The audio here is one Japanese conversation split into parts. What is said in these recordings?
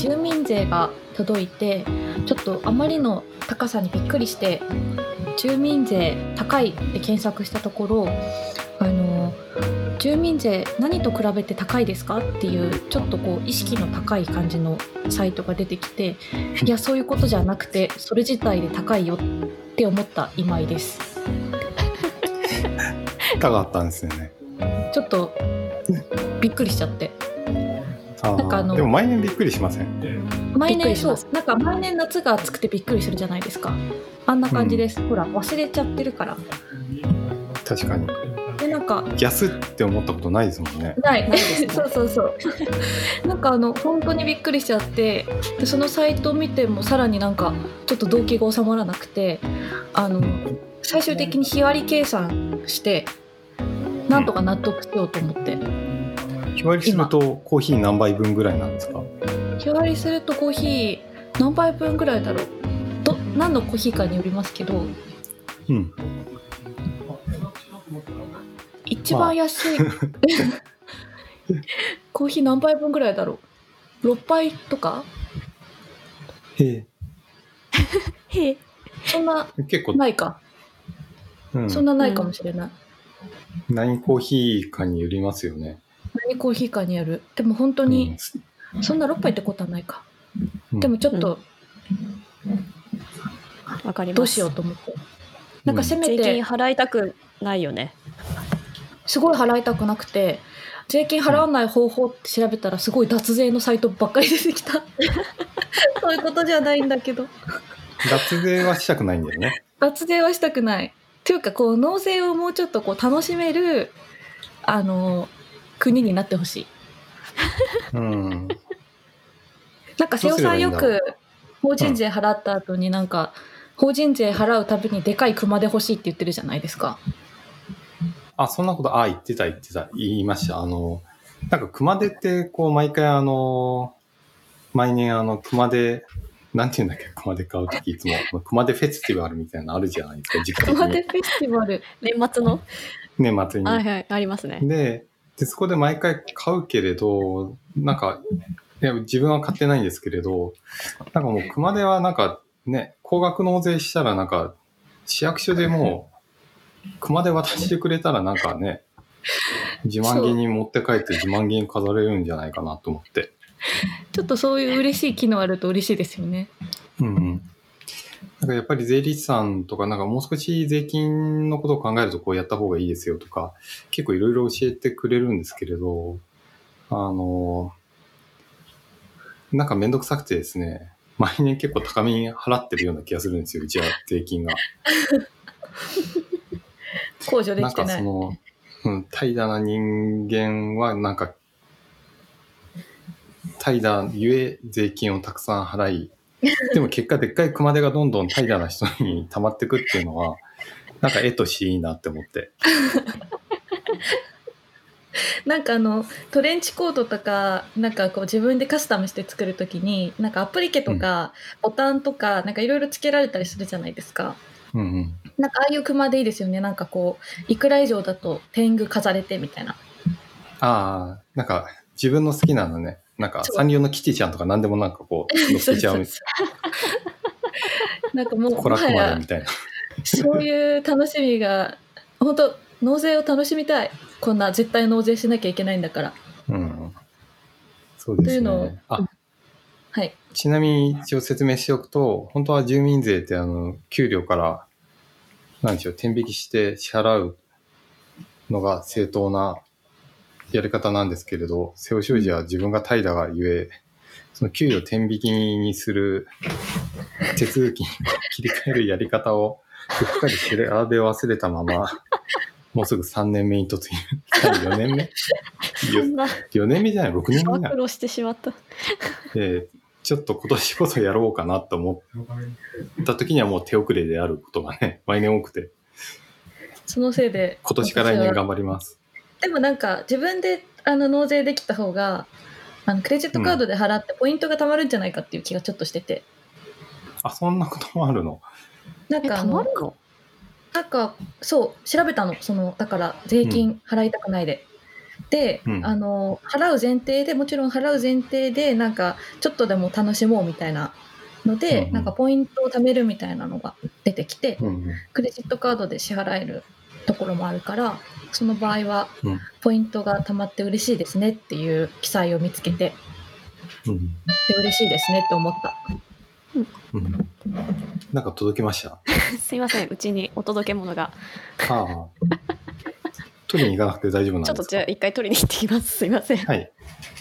住民税が届いて、ちょっとあまりの高さにびっくりして、住民税高いって検索したところ、住民税何と比べて高いですかっていうちょっとこう意識の高い感じのサイトが出てきて、いやそういうことじゃなくてそれ自体で高いよって思った今井です。 高かったんですよね。 ちょっとびっくりしちゃって。なんかでも毎年びっくりしません？ 毎年そう、なんか毎年夏が暑くてびっくりするじゃないですか。あんな感じです、ほら忘れちゃってるから。 確かに。 でなんかギャスって思ったことないですもんね。 ないですね。そうなんか本当にびっくりしちゃって、でそのサイトを見てもさらになんかちょっと動機が収まらなくて、最終的に日割り計算してなんとか納得しようと思って、 日割りするとコーヒー何杯分ぐらいなんですか？ 日割りするとコーヒー何杯分ぐらいだろう。何のコーヒーかによりますけど、一番安い、コーヒー何杯分ぐらいだろう。6杯とか。 へえそんな結構ないか、そんなないかもしれない。 何コーヒーかによりますよね。 何コーヒーかによる。でも本当に、そんな6杯ってことはないか、でもちょっと、 わかります。 どうしようと思って、なんかせめて、 税金払いたくないよね。 すごい払いたくなくて、税金払わない方法って調べたらすごい脱税のサイトばっかり出てきた。そういうことじゃないんだけど。 脱税はしたくないんだよね。 脱税はしたくないというか、こう納税をもうちょっとこう楽しめる国になってほしい。なんか瀬尾さんよく法人税払った後になんか、法人税払うたびにでかい熊手欲しいって言ってるじゃないですか。 あ、そんなこと、言いました。なんか熊手ってこう毎回毎年熊手、なんていうんだっけ、熊手買うときいつも熊手フェスティバルみたいなのあるじゃないですか、時期的に。 熊手フェスティバル、 年末に。 はい、ありますね。 でそこで毎回買うけれど、なんかいや自分は買ってないんですけれど、なんかもう熊手はなんかね、高額納税したらなんか市役所でもう熊手渡してくれたらなんかね、自慢げに持って帰って自慢げに飾れるんじゃないかなと思って。 ちょっとそういう嬉しい機能あると嬉しいですよね。 なんかやっぱり税理士さんとかなんかもう少し税金のことを考えるとこうやった方がいいですよとか結構いろいろ教えてくれるんですけれど、なんかめんどくさくてですね、毎年結構高めに払ってるような気がするんですよ、うちは税金が。 控除できてない。 なんか怠惰な人間はなんか怠惰ゆえ税金をたくさん払い、でも結果でっかい熊手がどんどん怠惰な人に溜まってくっていうのはなんか絵としていいなって思って。 なんかトレンチコードとかなんかこう自分でカスタムして作るときになんかアプリケとかボタンとかなんかいろいろつけられたりするじゃないですか。なんかああいう熊でいいですよね。なんかこういくら以上だと天狗飾れてみたいな。 なんか自分の好きなのね、なんかサンリオのキティちゃんとか何でもなんかこう乗っけちゃうみたいな。なんかもうコラクマでみたいな。 そういう楽しみが本当納税を楽しみたい。こんな絶対納税しなきゃいけないんだから。 そうですね。というのをはい。 ちなみに一応説明しておくと、本当は住民税って給料から何でしょう、天引きして支払うのが正当なやり方なんですけれど、瀬尾商事は自分が怠惰がゆえ、その給与天引きにする手続きに切り替えるやり方をうっかり調べ忘れたまま、もうすぐ3年目に突入。4年目4年目じゃない、6年目じゃない。 苦労してしまった。 ちょっと今年こそやろうかなと思った時にはもう手遅れであることがね、毎年多くて。 そのせいで。 今年から来年頑張ります。 でもなんか自分で納税できた方がクレジットカードで払ってポイントが貯まるんじゃないかっていう気がちょっとしてて。 そんなこともあるの？ なんか貯まるの？ なんかそう調べたの。だから税金払いたくないで、 で、 うん払う前提でもちろん払う前提でなんかちょっとでも楽しもうみたいなので、 うんうんなんかポイントを貯めるみたいなのが出てきて、 うんクレジットカードで支払えるところもあるから、その場合はうんポイントが貯まって嬉しいですねっていう記載を見つけて、 うんで嬉しいですねって思った。 うんなんか届きました。 すいません、うちにお届け物が。 ああ。取りに行かなくて大丈夫なんですか？ ちょっとじゃあ一回取りに行ってきます。すいません。 はい。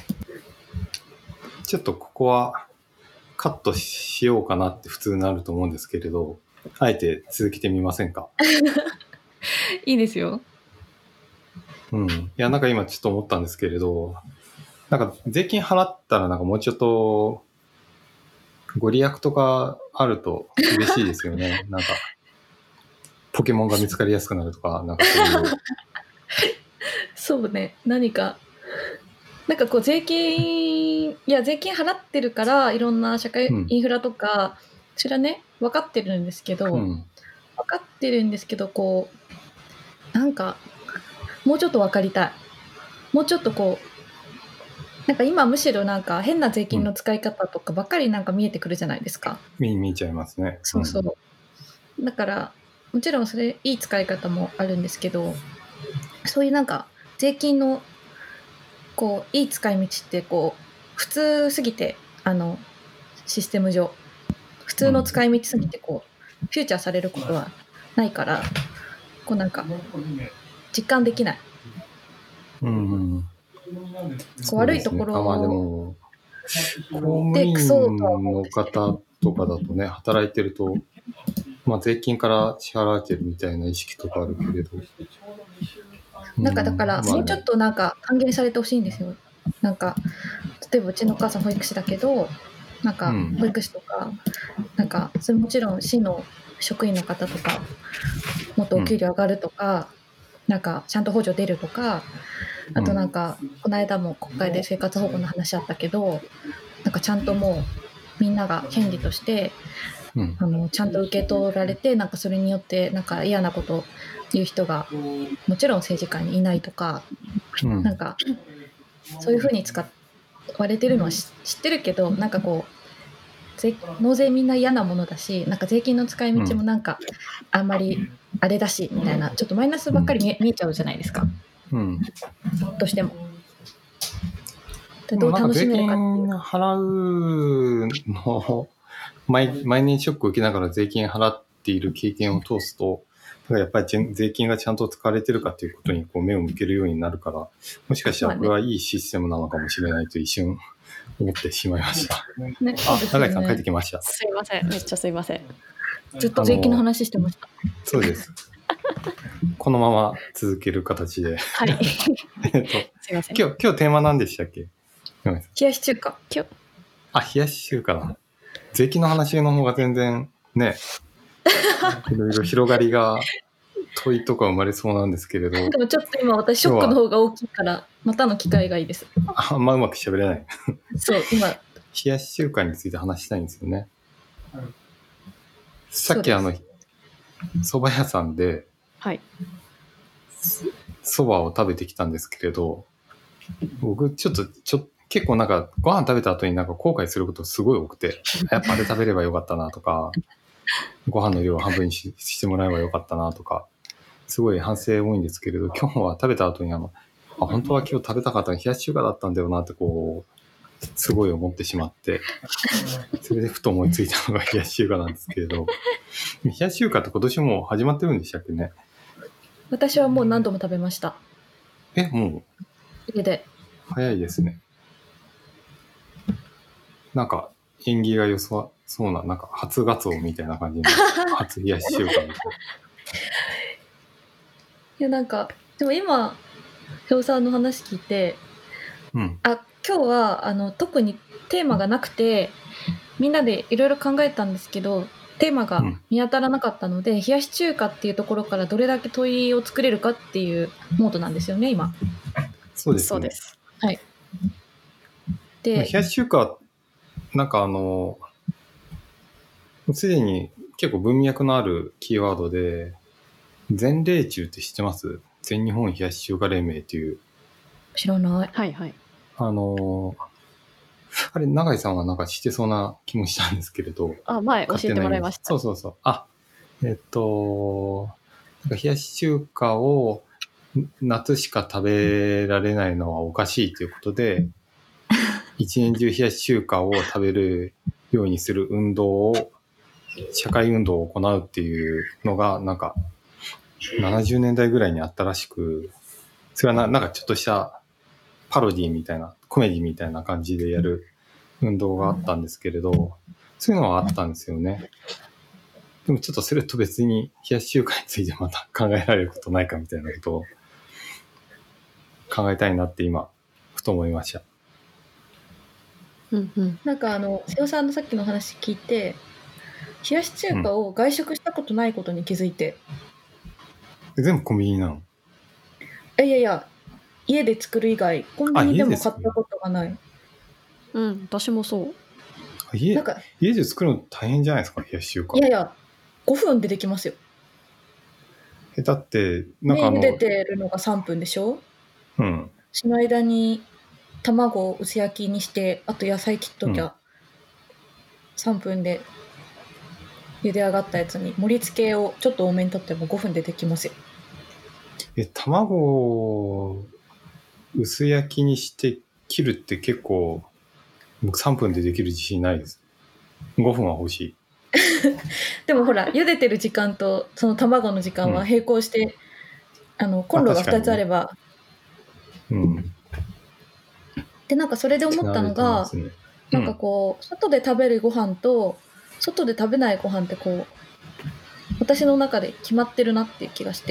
ちょっとここはカットしようかなって普通になると思うんですけれど、あえて続けてみませんか？ いいですよ。 うん。いや、なんか今ちょっと思ったんですけれど、なんか税金払ったらなんかもうちょっとご利益とかあると嬉しいですよね。なんか、ポケモンが見つかりやすくなるとか、なんかそういう。 そうね、何かなんかこう税金払ってるからいろんな社会インフラとか、それはね分かってるんですけど、分かってるんですけど、こうなんかもうちょっと分かりたい。もうちょっとこうなんか今むしろなんか変な税金の使い方とかばっかりなんか見えてくるじゃないですか。 見えちゃいますね。 そうそう。だからもちろんそれいい使い方もあるんですけど、そういうなんか税金のこういい使い道ってこう普通すぎて、システム上普通の使い道すぎてこうフューチャーされることはないから、こうなんか実感できない。こう悪いところまあでも公務員の方とかだとね、働いてると、まあ税金から支払われてるみたいな意識とかあるけれど。 なんかだからもうちょっとなんか還元されてほしいんですよ。なんか例えばうちのお母さん保育士だけど、なんか保育士とか、なんかそれもちろん市の職員の方とかもっとお給料上がるとか、なんかちゃんと補助出るとか、あとなんかこの間も国会で生活保護の話あったけど、なんかちゃんともうみんなが権利としてちゃんと受け取られて、なんかそれによってなんか嫌なこと言う人がもちろん政治家にいないとか、なんかそういう風に使われてるのは知ってるけど、なんかこう納税みんな嫌なものだし、なんか税金の使い道もなんかあんまりあれだしみたいな、ちょっとマイナスばっかり見えちゃうじゃないですか。どうしても。どう楽しめるかっていう。 税金払うの毎年ショックを受けながら税金払っている経験を通すと、やっぱり税金がちゃんと使われてるかということにこう目を向けるようになるから、もしかしたらこれはいいシステムなのかもしれないと一瞬思ってしまいました。 ね、 永井さん帰ってきました。 すいません、めっちゃすいません。 ずっと税金の話してました。 そうです。このまま続ける形で。 はい。すいません。 今日テーマ何でしたっけ？ 冷やし中華。 冷やし中華だ。税金の話の方が全然ね、いろいろ広がりが問いとか生まれそうなんですけれど。 でもちょっと今私ショックの方が大きいから、またの機会がいいです。 あんまうまく喋れない。 そう、今。 冷やし中華について話したいんですよね。さっき蕎麦屋さんで、蕎麦を食べてきたんですけれど、僕ちょっと結構なんかご飯食べた後になんか後悔することすごい多くて、やっぱあれ食べればよかったなとか、ご飯の量を半分にしてもらえばよかったなとか、すごい反省多いんですけれど、今日は食べた後に本当は今日食べたかったの冷やし中華だったんだよなってこう、すごい思ってしまって、それでふと思いついたのが冷やし中華なんですけれど、冷やし中華って今年もう始まってるんでしたっけね？ 私はもう何度も食べました。 もう家で。 早いですね。なんか縁起が良さそうな、なんか初ガツオみたいな感じの初冷やし中華みたいな。いやなんかでも今ひょうさんの話聞いて、今日は特にテーマがなくてみんなでいろいろ考えたんですけど、テーマが見当たらなかったので、冷やし中華っていうところからどれだけ問いを作れるかっていうモードなんですよね今。 そうですね。 そうです。 はい。 で冷やし中華なんかすでに結構文脈のあるキーワードで、全冷中って知ってます？全日本冷やし中華連盟っていう知らない。 はいはい。 あれ、永井さんはなんかしてそうな気もしたんですけれど。 あ、前教えてもらいました。 そうそうそう。あ、なんか冷やし中華を夏しか食べられないのはおかしいということで、一年中冷やし中華を食べるようにする運動を、社会運動を行うっていうのが、なんか、70年代ぐらいにあったらしく、それはなんかちょっとしたパロディみたいな、コメディみたいな感じでやる運動があったんですけれど、そういうのはあったんですよね。でもちょっとそれと別に冷やし中華についてまた考えられることないかみたいなことを考えたいなって今、ふと思いました。 うんうん。 なんか瀬尾さんのさっきの話聞いて、冷やし中華を外食したことないことに気づいて、 全部コンビニなの？ いやいや、家で作る以外コンビニでも買ったことがない。 うん、私もそう。 なんか家で作るの大変じゃないですか、冷やし中華。 いやいや、5分でできますよ。 だってなんか茹でてるのが3分でしょ。 うん。 その間に卵を薄焼きにして、あと野菜切っときゃ、3分で茹で上がったやつに盛り付けをちょっと多めにとっても5分でできますよ。 卵を薄焼きにして切るって結構僕3分でできる自信ないです。5分は欲しい。 でもほら、茹でてる時間とその卵の時間は並行して、コンロが2つあれば、でなんかそれで思ったのが、なんかこう外で食べるご飯と外で食べないご飯ってこう私の中で決まってるなっていう気がして、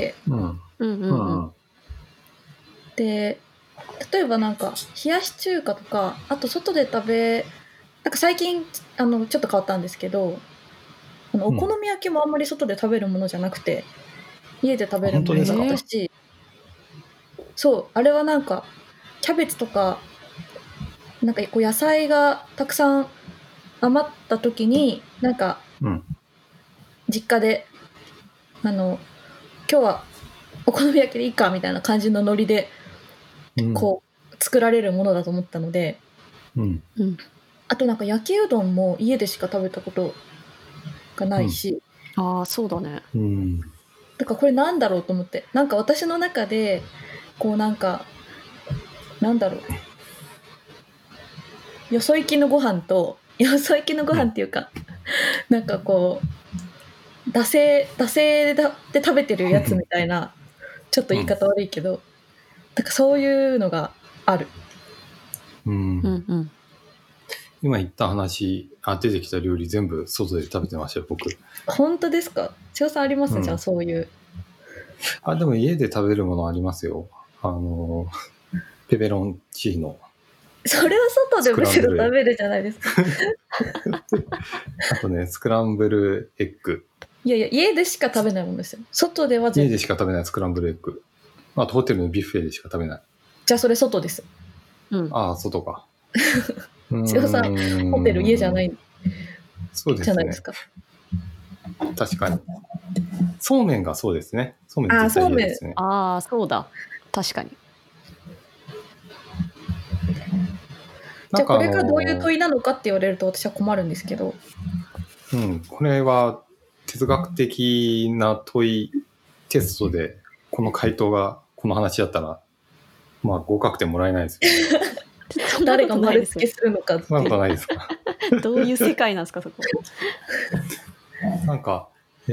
で例えばなんか冷やし中華とか、あと外で食べ、なんか最近ちょっと変わったんですけど、お好み焼きもあんまり外で食べるものじゃなくて、家で食べるものだったし、そうあれはなんかキャベツとかなんかこう野菜がたくさん余った時になんか実家で今日はお好み焼きでいいかみたいな感じのノリでこう作られるものだと思ったので、あとなんか焼きうどんも家でしか食べたことがないし、 ああそうだね。 だからこれなんだろうと思って、なんか私の中でこうなんかなんだろう、よそ行きのご飯とよそ行きのご飯っていうか、なんかこう惰性で食べてるやつみたいなちょっと言い方悪いけど、なんかそういうのがある。 今言った話、出てきた料理全部外で食べてましたよ、僕。 本当ですか？千代さんあります？じゃあそういう。 でも家で食べるものありますよ。ペペロンチーノ。 それは外でむしろ食べるじゃないですか。 あとね、スクランブルエッグ。 いやいや、家でしか食べないものですよ。外では家でしか食べないスクランブルエッグ。あとホテルのビュッフェでしか食べない。 じゃあそれ外です。 外か。 千代さん、ホテル家じゃない。 そうですね。 じゃないですか。 確かに。そうめんがそうですね。そうめん絶対家ですね。 そうだ。確かに。 じゃあこれがどういう問いなのかって言われると私は困るんですけど。 これは哲学的な問いテストでこの回答がこの話だったらまあ合格点もらえないですよね。 誰が丸付けするのかっていう。 そんなことないですか。 どういう世界なんですかそこ。 なんか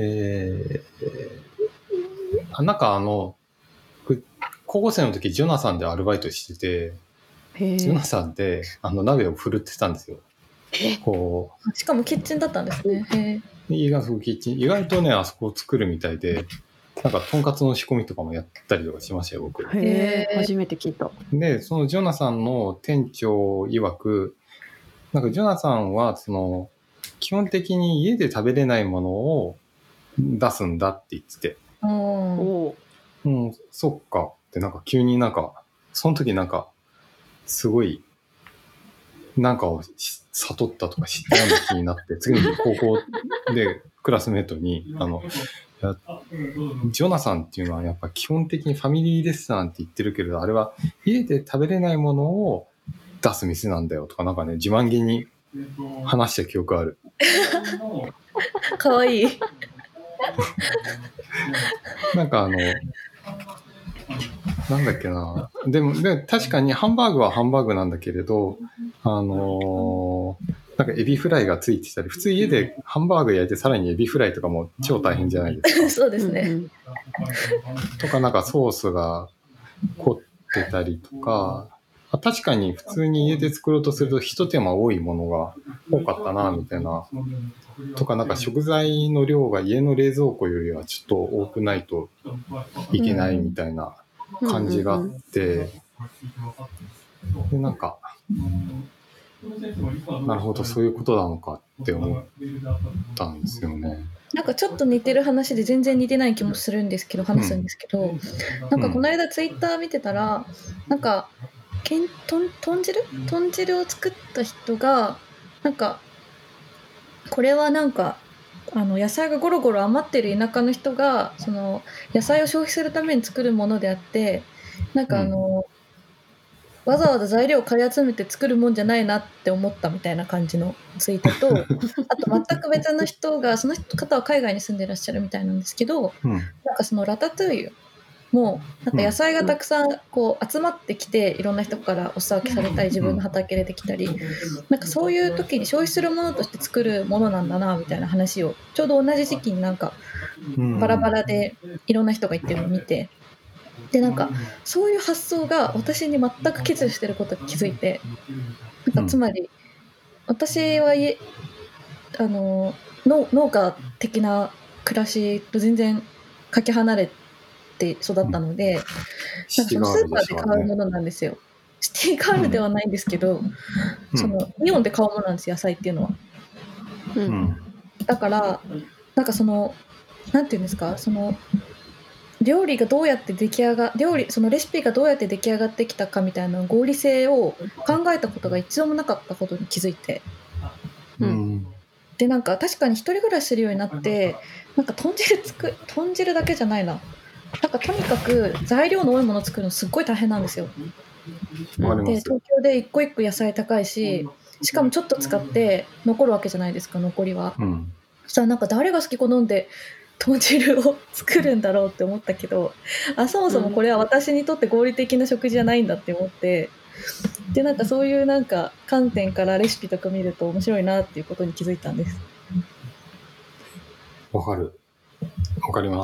なんか高校生の時ジョナサンでアルバイトしてて、ジョナサンで鍋を振るってたんですよ。こうしかもキッチンだったんですね。 意外とねあそこを作るみたいで、なんかとんかつの仕込みとかもやったりとかしましたよ僕。 初めて聞いた。 でそのジョナサンの店長曰く、なんかジョナサンはその基本的に家で食べれないものを出すんだって言ってて、そっかってなんか急になんかその時なんかすごいなんかを悟ったとか知ったような気になって次の日高校でクラスメートにやジョナサンっていうのはやっぱ基本的にファミリーレストランって言ってるけれど、あれは家で食べれないものを出す店なんだよとかなんかね、自慢げに話した記憶ある。 かわいい。 なんかなんだっけな。で確かにハンバーグはハンバーグなんだけれど、なんかエビフライがついてたり、普通家でハンバーグ焼いてさらにエビフライとかも超大変じゃないですか。 そうですね。 うんとかなんかソースが凝ってたりとか、確かに普通に家で作ろうとすると一手間多いものが多かったなみたいな。とかなんか食材の量が家の冷蔵庫よりはちょっと多くないといけないみたいな感じがあって、でなんかなるほどそういうことなのかって思ったんですよね。 なんかちょっと似てる話で全然似てない気もするんですけど、話すんですけど、なんかこの間ツイッター見てたら、なんか豚汁を作った人がなんかこれはなんか野菜がゴロゴロ余ってる田舎の人がその野菜を消費するために作るものであって、なんかわざわざ材料を買い集めて作るもんじゃないなって思ったみたいな感じのツイートと、あと全く別の人が、その方は海外に住んでらっしゃるみたいなんですけど、なんかそのラタトゥーユもなんか野菜がたくさんこう集まってきて、いろんな人からお裾分けされたり、自分の畑でできたり、なんかそういう時に消費するものとして作るものなんだなみたいな話をちょうど同じ時期になんかバラバラでいろんな人が言ってるのを見て、でなんかそういう発想が私に全く欠如してることに気づいて、なんかつまり私は農家的な暮らしと全然かけ離れて育ったので、なんかそのスーパーで買うものなんですよ。シティガールではないんですけど、そのイオンで買うものなんですよ、野菜っていうのは。だからなんかそのなんていうんですか、その料理がどうやってそのレシピがどうやって出来上がってきたかみたいな合理性を考えたことが一度もなかったことに気づいて、でなんか確かに一人暮らしするようになって、なんか豚汁だけじゃないな、なんかとにかく材料の多いものを作るのすっごい大変なんですよ。で東京で一個一個野菜高いし、しかもちょっと使って残るわけじゃないですか、残りは。そしたらなんか誰が好き好んで豚汁を作るんだろうって思ったけど、そもそもこれは私にとって合理的な食事じゃないんだって思って、でなんかそういうなんか観点からレシピとか見ると面白いなっていうことに気づいたんです。 わかります。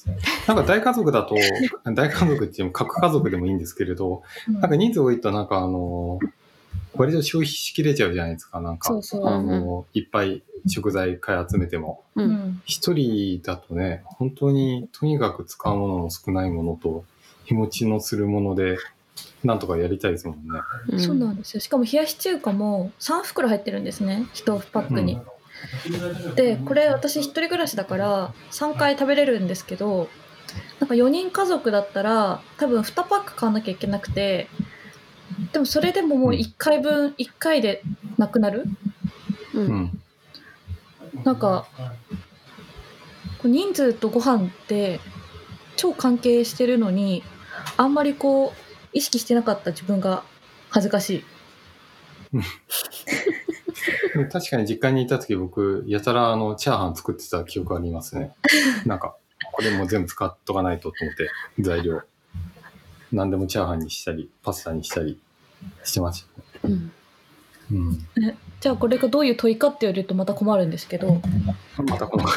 なんか大家族だと大家族っていう核家族でもいいんですけれど、なんか人数多いとなんか割と消費しきれちゃうじゃないですか。なんかいっぱい食材買い集めても、一人だとね、本当にとにかく使うものの少ないものと日持ちのするものでなんとかやりたいですもんね。 そうなんですよ。しかも冷やし中華も3袋入ってるんですね、1パックに。でこれ私一人暮らしだから3回食べれるんですけど、なんか4人家族だったら多分2パック買わなきゃいけなくて、でもそれでももう1回分1回でなくなる。なんか人数とご飯って超関係してるのに、あんまりこう意識してなかった自分が恥ずかしい。 確かに実家にいた時僕やたらチャーハン作ってた記憶ありますね。なんかこれも全部使っとかないとと思って材料何でもチャーハンにしたりパスタにしたりしてました、 じゃあこれがどういう問いかって言われるとまた困るんですけど、 またこの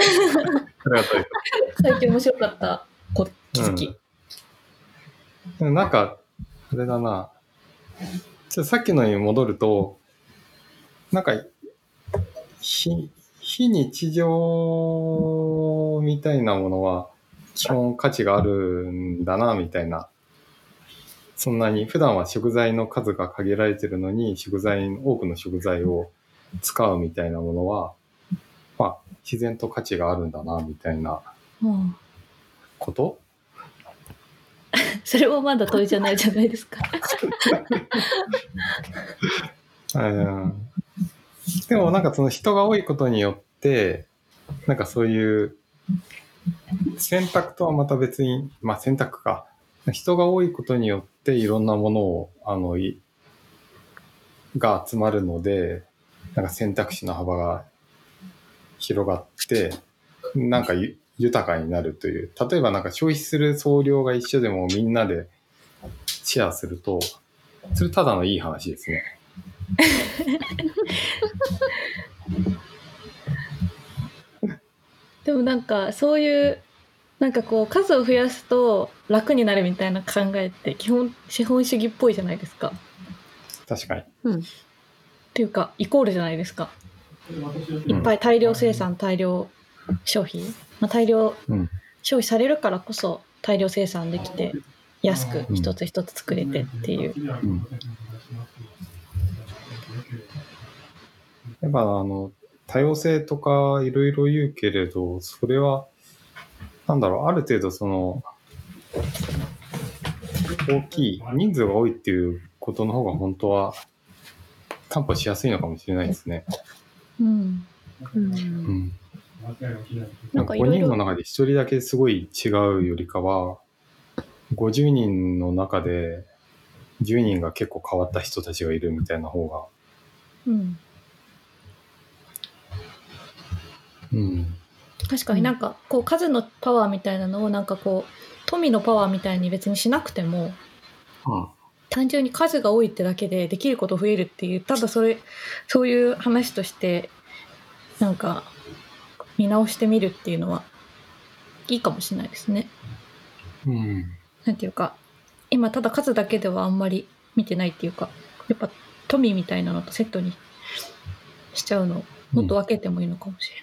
最近面白かった気づき、 なんかあれだな、さっきのに戻ると、なんか非日常みたいなものは基本価値があるんだなみたいな、そんなに普段は食材の数が限られてるのに多くの食材を使うみたいなものは、まあ自然と価値があるんだなみたいなこと、 それはまだ問いじゃないじゃないですか。 でもなんかその人が多いことによってなんかそういう選択とはまた別に、まあ選択か。人が多いことによっていろんなものを、が集まるので、なんか選択肢の幅が広がって、なんか豊かになるという。例えばなんか消費する総量が一緒でもみんなでシェアすると、それただのいい話ですね。 でもなんかそういうなんかこう数を増やすと楽になるみたいな考えって基本資本主義っぽいじゃないですか。 確かに。 っていうかイコールじゃないですか。いっぱい大量生産、大量消費、まあ、大量消費されるからこそ大量生産できて安く一つ一つ作れてっていう。 やっぱ多様性とかいろいろ言うけれど、それはなんだろう、ある程度その大きい人数が多いっていうことの方が本当は担保しやすいのかもしれないですね。なんか5人の中で1人だけすごい違うよりかは、50人の中で10人が結構変わった人たちがいるみたいな方が、 確かになんかこう数のパワーみたいなのをなんかこう富のパワーみたいに別にしなくても、単純に数が多いってだけでできること増えるっていう、ただそういう話としてなんか見直してみるっていうのはいいかもしれないですね。なんていうか今ただ数だけではあんまり見てないっていうか、やっぱ富みたいなのとセットにしちゃうのもっと分けてもいいのかもしれない。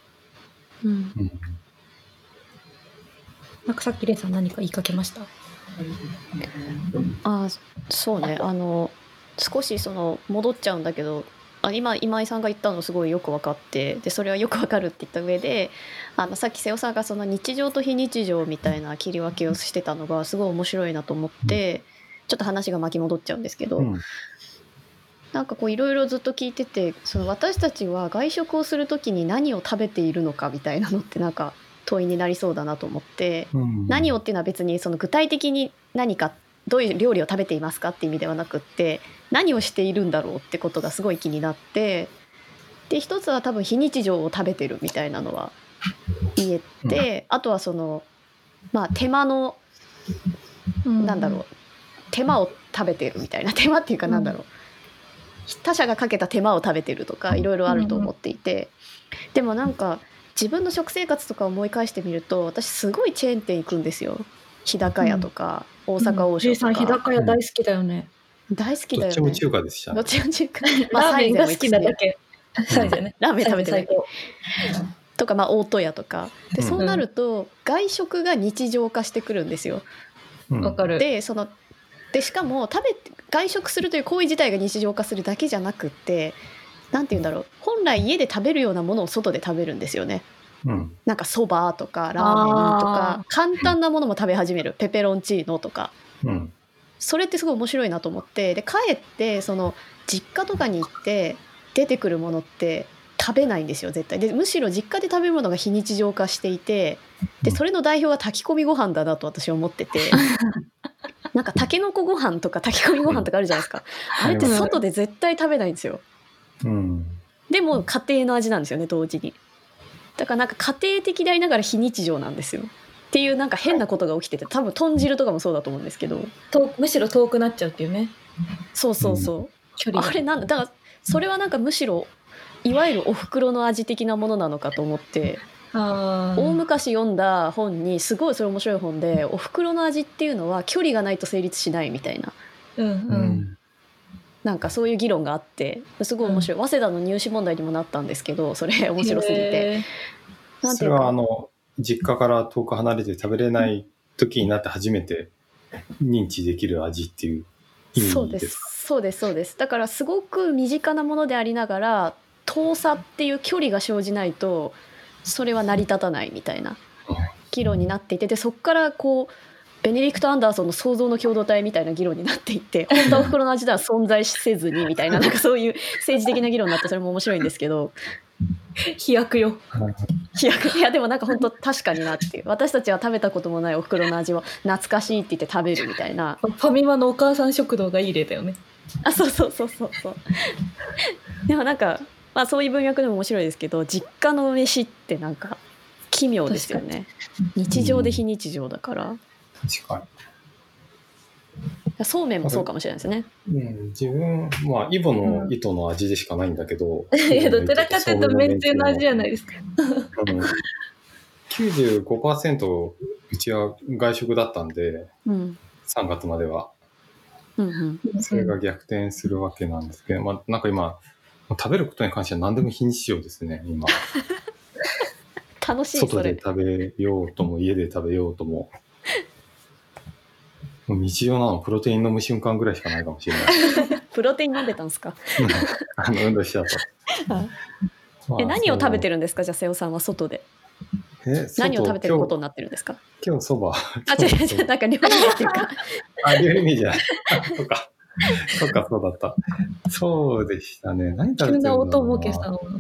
なんかさっきレイさん何か言いかけました？ そうね、少しその戻っちゃうんだけど、今井さんが言ったのすごいよく分かって、でそれはよく分かるって言った上で、さっき瀬尾さんがその日常と非日常みたいな切り分けをしてたのがすごい面白いなと思って、ちょっと話が巻き戻っちゃうんですけど、なんかこういろいろずっと聞いてて、その私たちは外食をするときに何を食べているのかみたいなのってなんか問いになりそうだなと思って、何をっていうのは別にその具体的に何かどういう料理を食べていますかって意味ではなくって、何をしているんだろうってことがすごい気になって、で一つは多分非日常を食べてるみたいなのは言えて、あとはそのまあ手間のなんだろう、手間を食べてるみたいな、手間っていうかなんだろう、他者がかけた手間を食べてるとかいろいろあると思っていて、でもなんか自分の食生活とか思い返してみると、私すごいチェーン店行くんですよ。日高屋とか、大阪王将とか。 さん日高屋大好きだよね。 大好きだよね。 どっちも中華でした。 どっちも中華。 ラーメンが好きなだけ。サイゼね。 ラーメン食べてないとか、大戸屋とかで、そうなると外食が日常化してくるんですよ。 わかる。 でしかも外食するという行為自体が日常化するだけじゃなくって、なんて言うんだろう、本来家で食べるようなものを外で食べるんですよね。なんかそばとかラーメンとか簡単なものも食べ始める、ペペロンチーノとか、それってすごい面白いなと思って、で帰ってその実家とかに行って出てくるものって食べないんですよ絶対で。むしろ実家で食べるものが非日常化していて、でそれの代表は炊き込みご飯だなと私は思っててなんかたけのこご飯とか炊き込みご飯とかあるじゃないですか。あれって外で絶対食べないんですよ。でも家庭の味なんですよね同時に。だからなんか家庭的でありながら非日常なんですよっていう、なんか変なことが起きてて、多分豚汁とかもそうだと思うんですけど、 むしろ遠くなっちゃうっていうね。 そうそうそう、 距離が。 あれなんだ、だからそれはなんかむしろいわゆるお袋の味的なものなのかと思って、大昔読んだ本にすごいそれ面白い本で、お袋の味っていうのは距離がないと成立しないみたいな、なんかそういう議論があって、すごい面白い、早稲田の入試問題にもなったんですけど、それ面白すぎて、 それは実家から遠く離れて食べれない時になって初めて認知できる味っていう意味ですか？ そうですそうです。だからすごく身近なものでありながら遠さっていう距離が生じないとそれは成り立たないみたいな議論になっていて、でそこからこうベネディクト・アンダーソンの創造の共同体みたいな議論になっていって、本当はお袋の味では存在せずにみたいな、なんかそういう政治的な議論になって、それも面白いんですけど、 飛躍よ。 いやでもなんか本当確かになっていう、私たちは食べたこともないお袋の味を懐かしいって言って食べるみたいな。 ファミマのお母さん食堂がいい例だよね。 あ、そうでもなんか、まあ、そういう文脈でも面白いですけど、実家の飯ってなんか奇妙ですよね。日常で非日常だから、 確かそうめんもそうかもしれないですね。 自分、まあ、イボの糸の味でしかないんだけど、 いやどちらかというとめんつゆの味じゃないですか。 95% うちは外食だったんで、 3 月までは、それが逆転するわけなんですけど、まあ、なんか今食べることに関しては何でも非日常ですね今。 楽しい。 外で食べようとも家で食べようとも日常なの。プロテイン飲む瞬間ぐらいしかないかもしれない。 プロテイン飲んでたんですか？ 運動しちゃった。 何を食べてるんですか？じゃあ瀬尾さんは外で何を食べてることになってるんですか？ 今日そば。 違うなんか料理名っていうか料理名じゃない。そっかそうだった。そうでしたね。何食べてるんだろうな。 急な音も消したの。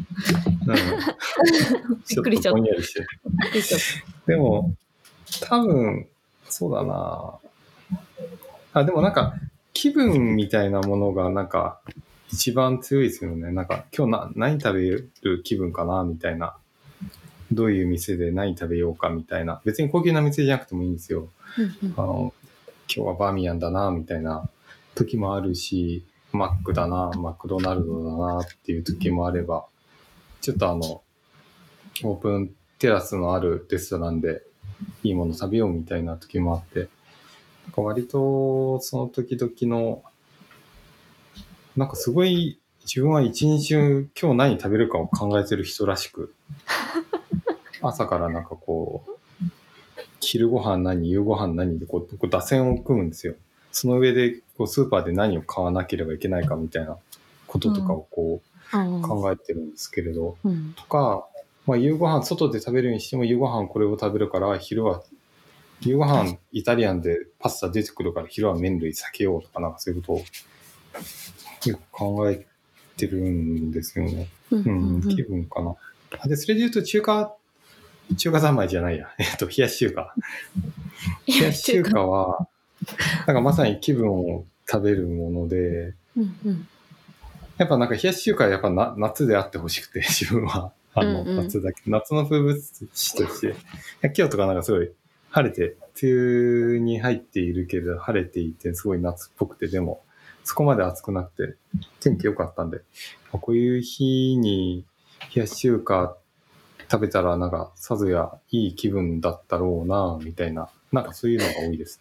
びっくりしちゃった。 でも多分そうだな。でもなんか気分みたいなものがなんか一番強いですよね。なんか今日何食べる気分かなみたいな。どういう店で何食べようかみたいな。別に高級な店じゃなくてもいいんですよ。今日はバーミヤンだなみたいな時もあるし、マックだな、マクドナルドだなっていう時もあれば、ちょっとオープンテラスのあるレストランでいいもの食べようみたいな時もあって、なんか割とその時々のなんかすごい自分は一日中今日何食べるかを考えてる人らしく、朝からなんかこう昼ご飯何夕ご飯何でこう打線を組むんですよ。その上でこうスーパーで何を買わなければいけないかみたいなこととかをこう考えてるんですけれど、とか、まあ、夕ご飯外で食べるにしても夕ご飯これを食べるから昼は夕ご飯イタリアンでパスタ出てくるから昼は麺類避けようとかなんかそういうことをよく考えてるんですよね。気分かな。でそれで言うと中華三昧じゃないや。冷やし中華。冷やし中華は、なんかまさに気分を食べるもので、やっぱなんか冷やし中華はやっぱ夏であってほしくて、自分は。夏だけ。夏の風物詩として。今日とかなんかすごい晴れて、梅雨に入っているけど、晴れていて、すごい夏っぽくて、でも、そこまで暑くなくて、天気良かったんで、こういう日に冷やし中華食べたらなんかさぞやいい気分だったろうなみたいな、なんかそういうのが多いです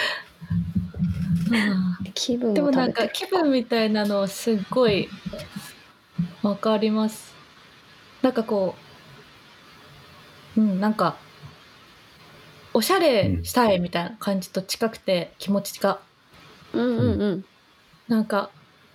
ね。気分でもなんか気分みたいなのはすっごいわかります。なんかこうなんかおしゃれしたいみたいな感じと近くて、気持ちがなんか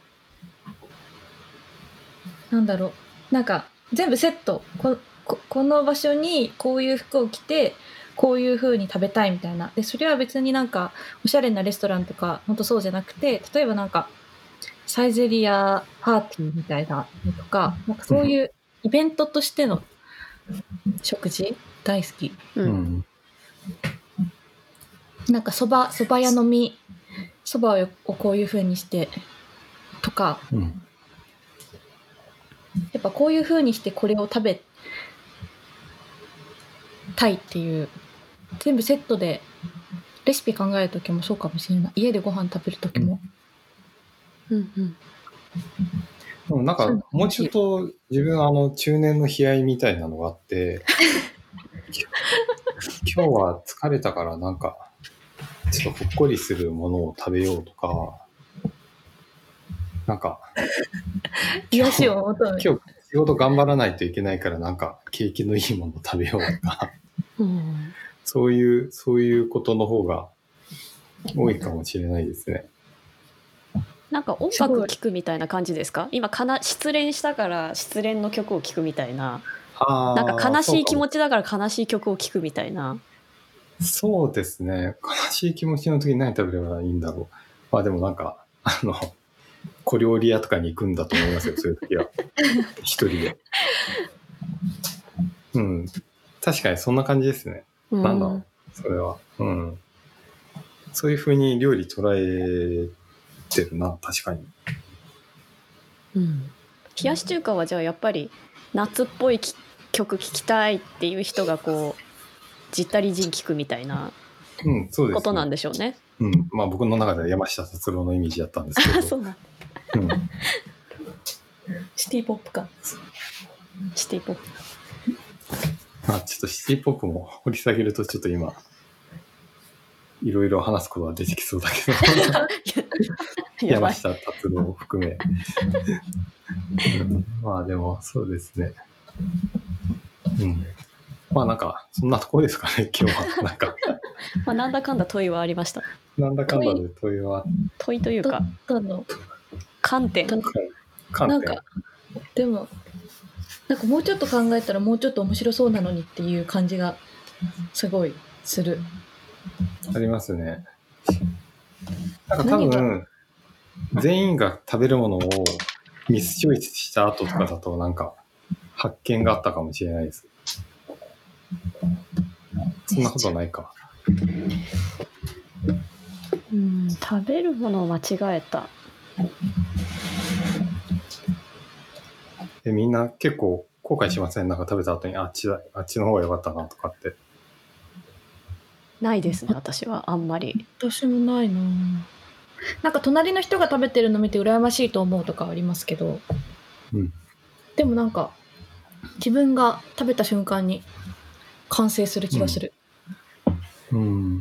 なんだろう、なんか全部セット、この場所にこういう服を着てこういう風に食べたいみたいな。でそれは別になんかおしゃれなレストランとか本当そうじゃなくて、例えばなんかサイゼリヤパーティーみたいなのとか、なんかそういうイベントとしての食事大好き。なんかそば屋飲み、そばをこういう風にしてとか、やっぱこういう風にしてこれを食べたいっていう、全部セットでレシピ考える時もそうかもしれない。家でご飯食べる時も。 でもなんかもうちょっと自分中年の悲哀みたいなのがあって今日は疲れたからなんかちょっとほっこりするものを食べようとか、なんか癒しを求め、 今日仕事頑張らないといけないからなんか景気のいいものを食べようとかそういうことの方が多いかもしれないですね。 なんか音楽聴くみたいな感じですか？今失恋したから失恋の曲を聴くみたいな、なんか悲しい気持ちだから悲しい曲を聴くみたいな。 そうですね。悲しい気持ちの時に何食べればいいんだろう。まあでもなんか小料理屋とかに行くんだと思いますよ。そういう時は一人で。 うん。確かにそんな感じですね。なんだろう、それは。うん。そういう風に料理捉えてるな、確かに。 うん、冷やし中華はじゃあやっぱり夏っぽい曲聴きたいっていう人がこうじったりじん聴くみたいなうん、そうですね。 ことなんでしょうね。 うん、まあ僕の中では山下達郎のイメージだったんですけど。 そうなんうん、 シティポップか。 シティポップ。 まあちょっとシティポップも掘り下げるとちょっと今いろいろ話すことは出てきそうだけど山下達郎を含め、うん、まあでもそうですね。うん。まあなんかそんなところですかね今日は。なんかまあなんだかんだ問いはありました。 なんだかんだで問いは問いというか観点。 なんかでもなんかもうちょっと考えたらもうちょっと面白そうなのにっていう感じがすごいする。 ありますね。なんか多分全員が食べるものをミスチョイスした後とかだとなんか発見があったかもしれないです。そんなことないか。 うん、食べるものを間違えた。 みんな結構後悔しません？なんか食べた後にあっちの方が良かったなとかって。 ないですね、私はあんまり。 私もないな。なんか隣の人が食べてるの見て羨ましいと思うとかありますけど、 うん、 でもなんか自分が食べた瞬間に完成する気がする。 うん。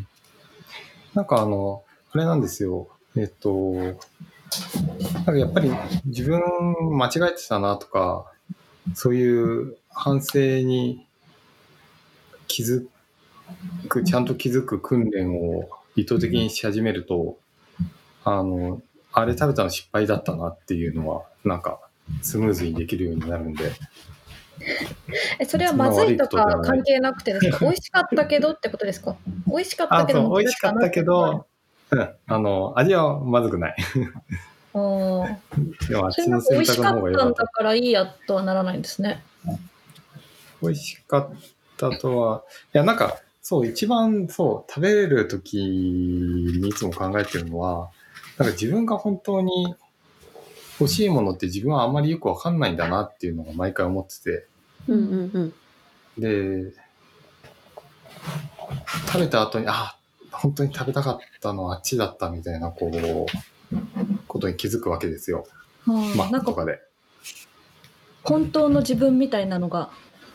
なんかあれなんですよ。なんかやっぱり自分間違えてたなとか、そういう反省にちゃんと気づく訓練を意図的にし始めると、あれ食べたの失敗だったなっていうのは、なんかスムーズにできるようになるんで。 それはまずいとか関係なくてですか？美味しかったけどってことですか？美味しかったけど、 美味しかったけど、味はまずくない。 でもあっちの選択の方が良かった。美味しかったんだからいいやとはならないんですね。 美味しかったとは、いやなんかそう一番そう食べれる時にいつも考えてるのは、なんか自分が本当に欲しいものって自分はあんまりよくわかんないんだなっていうのが毎回思ってて、 うんうんうん、 で食べた後に本当に食べたかったのはあっちだったみたいなことに気づくわけですよ。マックとかで本当の自分みたいなのが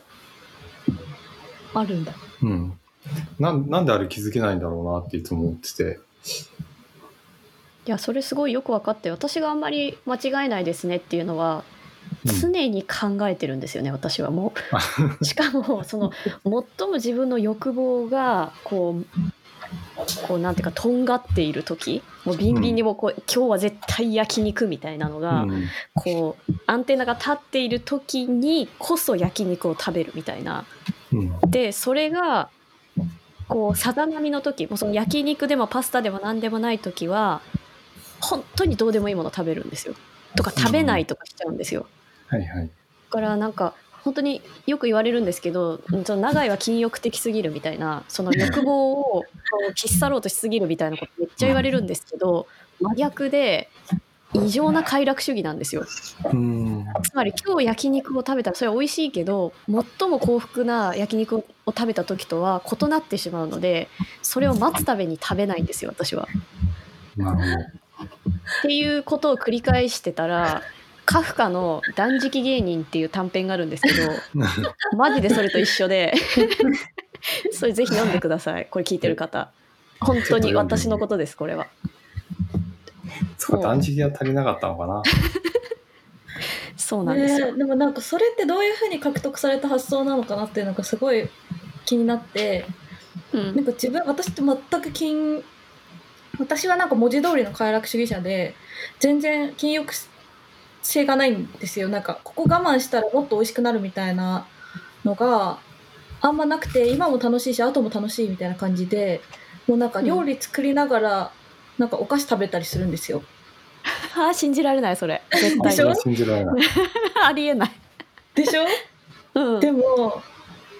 あるんだ。 うん。なんであれ気づけないんだろうなっていつも思ってて。 いやそれすごいよく分かって、私があんまり間違いないですねっていうのは常に考えてるんですよね、私はもう。しかもその最も自分の欲望がこうなんていうかとんがっている時、もうビンビンにも今日は絶対焼肉みたいなのが、こうアンテナが立っている時にこそ焼肉を食べるみたいな。でそれがこうさざ波の時、もうその焼肉でもパスタでも何でもない時は本当にどうでもいいもの食べるんですよ。とか食べないとかしちゃうんですよ。 はいはい。 だからなんか本当によく言われるんですけど、その長井は禁欲的すぎるみたいな、その欲望を消し去ろうとしすぎるみたいなことめっちゃ言われるんですけど、真逆で異常な快楽主義なんですよ。つまり今日焼肉を食べたらそれは美味しいけど、最も幸福な焼肉を食べた時とは異なってしまうので、それを待つために食べないんですよ、私は。 なるほど。 っていうことを繰り返してたら、カフカの断食芸人っていう短編があるんですけどマジでそれと一緒でそれぜひ読んでください、これ聞いてる方。本当に私のことです、これは。 そうか、断食が足りなかったのかな。 そうなんですよ、 でもなんかそれってどういうふうに獲得された発想なのかなっていうのがすごい気になって、なんか私って全く私はなんか文字通りの快楽主義者で全然禁欲性がないんですよ。なんかここ我慢したらもっと美味しくなるみたいなのがあんまなくて、今も楽しいし後も楽しいみたいな感じで、もうなんか料理作りながらなんかお菓子食べたりするんですよ。 信じられない、それ絶対に。 信じられないありえないでしょ、でも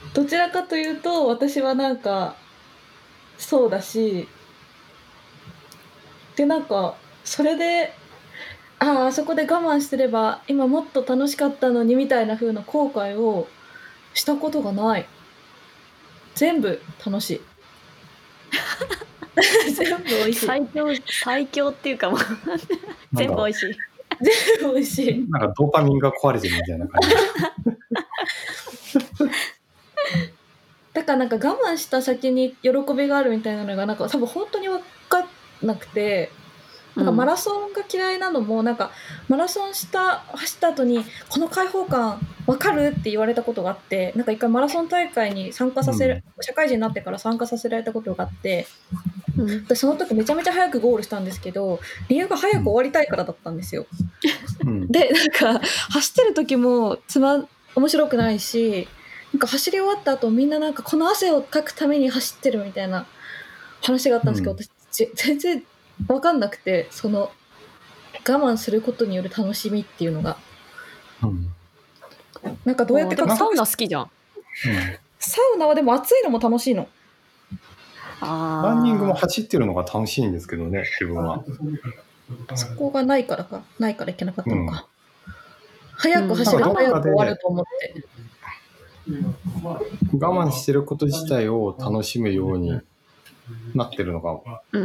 どちらかというと私はなんかそうだし、でなんかそれであそこで我慢してれば今もっと楽しかったのにみたいな風な後悔をしたことがない。全部楽しい。全部美味しい。 最強っていうかもう全部美味しい。 全部美味しい。 なんかドーパミンが壊れてるみたいな感じ。 だからなんか我慢した先に喜びがあるみたいなのがなんか多分本当に分かんなくて、なんかマラソンが嫌いなのもなんかマラソン走った後にこの開放感分かるって言われたことがあって、なんか一回マラソン大会に参加させる、社会人になってから参加させられたことがあって、でその時めちゃめちゃ早くゴールしたんですけど、理由が早く終わりたいからだったんですよ。でなんか走ってる時も面白くないし、なんか走り終わった後みんななんかこの汗をかくために走ってるみたいな話があったんですけど、私全然分かんなくて、その我慢することによる楽しみっていうのが、なんかどうやってでもサウナ好きじゃん。 サウナはでも暑いのも楽しいの。 ランニングも走ってるのが楽しいんですけどね、自分は。 そこがないからいけなかったのか。早く走ると早く終わると思って。 我慢してること自体を楽しむようになってるのかも。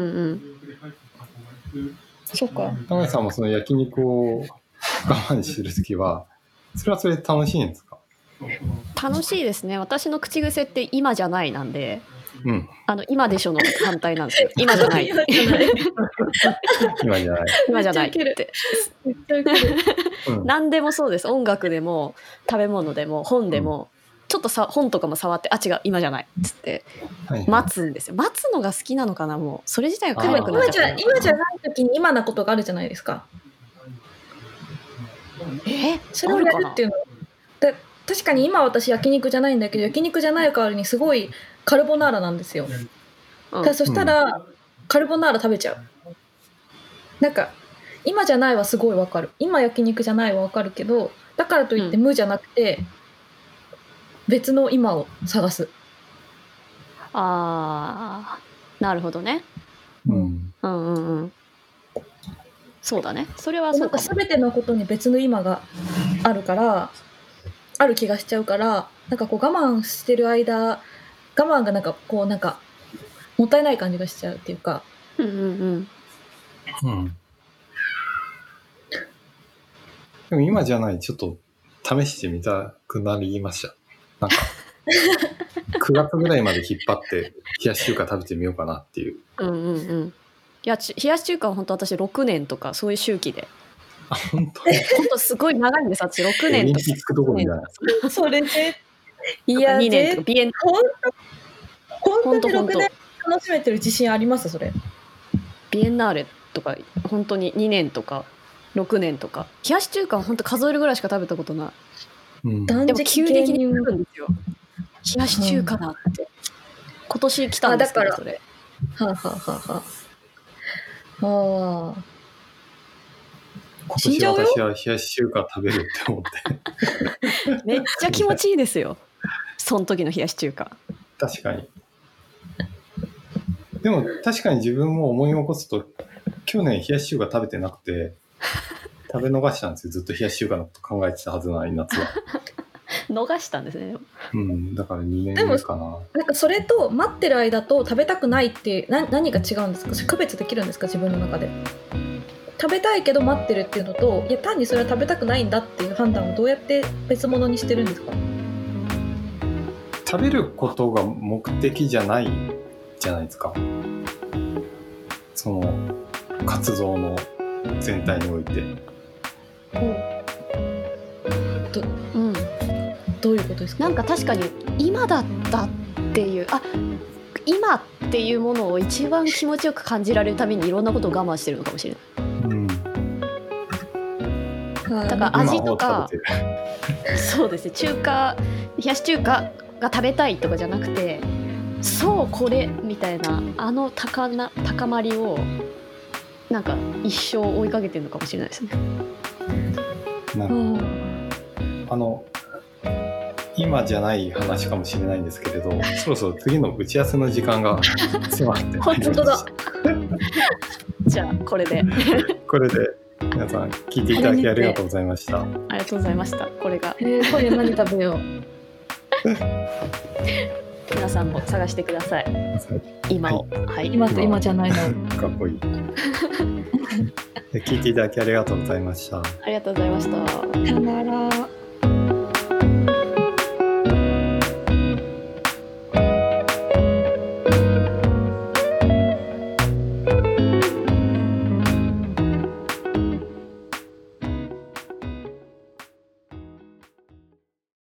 そうか。 田辺さんもその焼肉を我慢してるときは、それはそれで楽しいんですか？ 楽しいですね。私の口癖って今じゃないなんで、今でしょの反対なんですよ。今じゃない。 今じゃない。 今じゃないって。何でもそうです。音楽でも食べ物でも本でも、ちょっと本とかも触って、あ、違う、今じゃないっつって待つんですよ。待つのが好きなのかな。もうそれ自体が快楽になっちゃう。 今じゃない時に今なことがあるじゃないですか。それをやるっていうので、確かに今私焼肉じゃないんだけど、焼肉じゃない代わりにすごいカルボナーラなんですよ。そしたら、カルボナーラ食べちゃう。なんか今じゃないはすごいわかる。今焼肉じゃないはわかるけど、だからといって無じゃなくて、別の今を探す。 なるほどね。そうだね。それはそうかも。 なんか全てのことに別の今があるから、ある気がしちゃうから、なんかこう我慢してる間、我慢がなんかこうなんかもったいない感じがしちゃうっていうか。 でも今じゃない、ちょっと試してみたくなりました。なんか9月ぐらいまで引っ張って冷やし中華食べてみようかなっていう。 いや、冷やし中華は本当私6年とかそういう周期で。 本当すごい長いんです。私6年とか。 オリンピックどころじゃない。 それでいや2年とかビエン本当に6年楽しめてる自信あります？それビエンナーレとか本当に2年とか6年とか。冷やし中華は本当数えるぐらいしか食べたことない。でも急激に来るんですよ。冷やし中華だって、今年来たんですけど、それ。 今年私は冷やし中華食べるって思ってめっちゃ気持ちいいですよ、その時の冷やし中華。 確かに。でも確かに自分も思い起こすと、去年冷やし中華食べてなくて食べ逃したんですよ。ずっと冷やし中華のこと考えてたはずなのに、夏は逃したんですね。 だから2年目かな。 なんかそれと待ってる間と食べたくないって何が違うんですか？区別できるんですか？自分の中で。食べたいけど待ってるっていうのと、いや単にそれは食べたくないんだっていう判断をどうやって別物にしてるんですか？ 食べることが目的じゃないじゃないですか。その活動の全体において。 どういうことですか？ なんか確かに今だったっていう、今っていうものを一番気持ちよく感じられるためにいろんなことを我慢してるのかもしれない。だから味とか、そうですね、冷やし中華が食べたいとかじゃなくて、そうこれみたいな高まりをなんか一生追いかけてるのかもしれないですね。 今じゃない話かもしれないんですけれど、そろそろ次の打ち合わせの時間が迫ってまいりました。 本当だじゃあこれでこれで皆さん聞いていただきありがとうございました。 ありがとうございました。これが今夜何食べよう。 皆さんも探してください。今を、はい、 今と今じゃないの。 かっこいい。聞いていただきありがとうございました。 ありがとうございました。 さよなら。